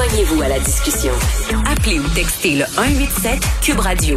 Joignez-vous à la discussion. Appelez ou textez le 187 Cube Radio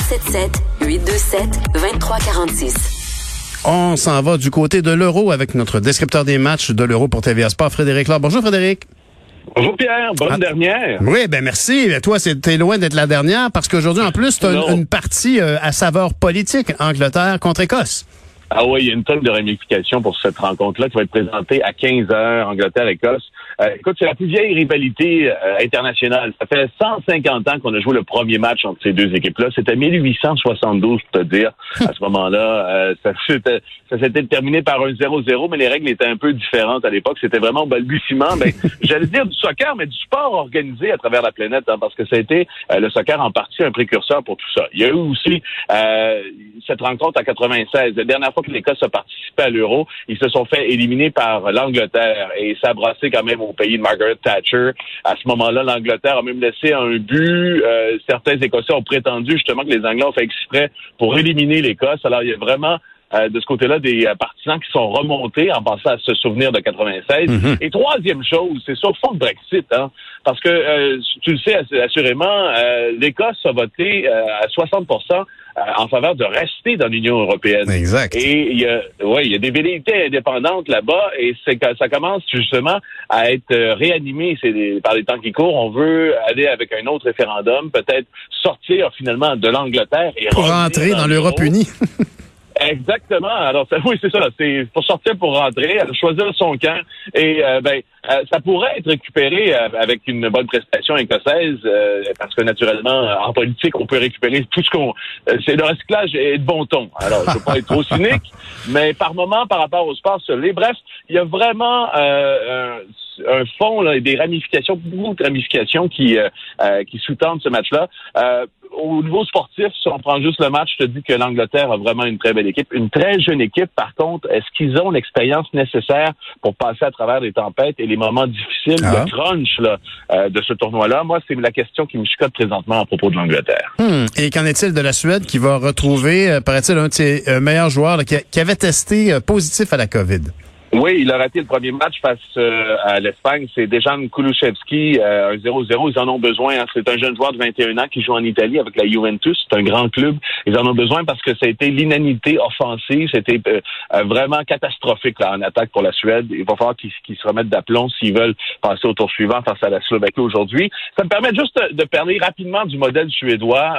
1877-827-2346. On s'en va du côté de l'Euro avec notre descripteur des matchs de l'Euro pour TVA Sport, Frédéric Laure. Bonjour Frédéric. Bonjour Pierre, bonne dernière. Oui, ben merci. Toi, t'es loin d'être la dernière parce qu'aujourd'hui, en plus, tu as une partie à saveur politique, Angleterre contre Écosse. Ah oui, il y a une tonne de ramifications pour cette rencontre-là qui va être présentée à 15h, Angleterre-Écosse. Écoute, c'est la plus vieille rivalité internationale. Ça fait 150 ans qu'on a joué le premier match entre ces deux équipes-là. C'était 1872, je peux te dire. À ce moment-là, ça s'était terminé par un 0-0, mais les règles étaient un peu différentes à l'époque. C'était vraiment au balbutiement. Ben, j'allais dire du soccer, mais du sport organisé à travers la planète, hein, parce que ça a été le soccer en partie un précurseur pour tout ça. Il y a eu aussi cette rencontre en 96. La dernière fois que l'Écosse a participé à l'Euro, ils se sont fait éliminer par l'Angleterre et ça a brassé quand même au pays de Margaret Thatcher. À ce moment-là, l'Angleterre a même laissé un but. Certains Écossais ont prétendu justement que les Anglais ont fait exprès pour éliminer l'Écosse. Alors, il y a vraiment de ce côté-là des partisans qui sont remontés en pensant à se souvenir de 96. Mm-hmm. Et troisième chose, c'est sur le fond de Brexit, hein, parce que tu le sais assurément, l'Écosse a voté à 60% en faveur de rester dans l'Union européenne. Exact. Et il y a des velléités indépendantes là-bas et c'est que ça commence justement à être réanimé par les temps qui courent. On veut aller avec un autre référendum, peut-être sortir finalement de l'Angleterre et pour rentrer dans l'Europe unie. Exactement. Alors, oui, c'est ça. C'est pour sortir, pour rentrer, choisir son camp. Et ça pourrait être récupéré avec une bonne prestation écossaise, parce que naturellement, en politique, on peut récupérer tout ce qu'on. C'est le recyclage et de bon ton. Alors, je veux pas être trop cynique, mais par moment, par rapport au sport, bref, il y a vraiment un fond là, et des ramifications, beaucoup de ramifications qui sous-tendent ce match-là. Au niveau sportif, si on prend juste le match, je te dis que l'Angleterre a vraiment une très belle équipe, une très jeune équipe. Par contre, est-ce qu'ils ont l'expérience nécessaire pour passer à travers les tempêtes et les moments difficiles, le crunch là, de ce tournoi-là? Moi, c'est la question qui me chicote présentement à propos de l'Angleterre. Et qu'en est-il de la Suède qui va retrouver, paraît-il, un de ses meilleurs joueurs là, qui avait testé positif à la COVID? Oui, il a raté le premier match face à l'Espagne. C'est Dejan Kulusevski, un 0-0. Ils en ont besoin. Hein. C'est un jeune joueur de 21 ans qui joue en Italie avec la Juventus. C'est un grand club. Ils en ont besoin parce que ça a été l'inanité offensive. C'était vraiment catastrophique là, en attaque pour la Suède. Il va falloir qu'ils se remettent d'aplomb s'ils veulent passer au tour suivant face à la Slovaquie aujourd'hui. Ça me permet juste de parler rapidement du modèle suédois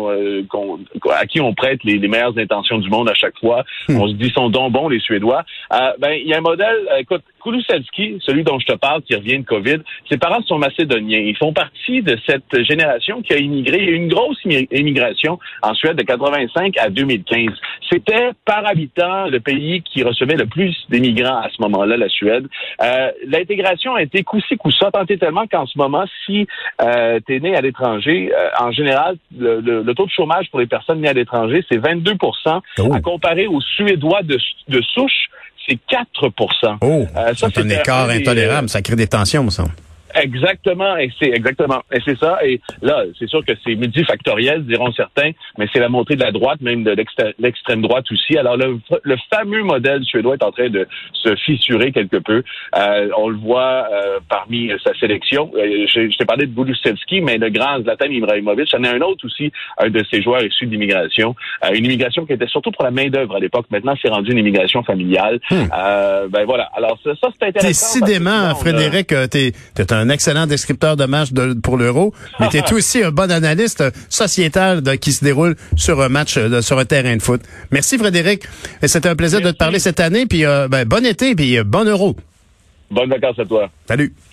à qui on prête les meilleures intentions du monde à chaque fois. On se dit, sont donc bons les Suédois. Il y a un modèle, écoute, Kulusevski, celui dont je te parle, qui revient de COVID, ses parents sont macédoniens. Ils font partie de cette génération qui a immigré. Il y a eu une grosse immigration en Suède de 85 à 2015. C'était par habitant le pays qui recevait le plus d'immigrants à ce moment-là, la Suède. L'intégration a été coup-ci, coup-ça, tant et tellement qu'en ce moment, si t'es né à l'étranger, en général, le taux de chômage pour les personnes nées à l'étranger, c'est 22%. À comparer aux Suédois de souche, c'est 4%. Ça c'est un écart intolérable. Ça crée des tensions, ça. Exactement, et c'est ça. Et là, c'est sûr que c'est multifactoriel, diront certains, mais c'est la montée de la droite, même de l'extrême droite aussi. Alors le fameux modèle suédois est en train de se fissurer quelque peu. On le voit parmi sa sélection. Je t'ai parlé de Kulusevski, mais le grand Zlatan Ibrahimovic, c'en est un autre aussi, un de ces joueurs issus d'immigration. Une immigration qui était surtout pour la main-d'œuvre à l'époque. Maintenant, c'est rendu une immigration familiale. Voilà. Alors ça c'est intéressant. Décidément, Frédéric, t'es un excellent descripteur de match pour l'Euro, mais tu es aussi un bon analyste sociétal qui se déroule sur un match, sur un terrain de foot. Merci Frédéric. C'était un plaisir de te parler cette année, puis bon été, puis bon Euro. Bonnes vacances à toi. Salut.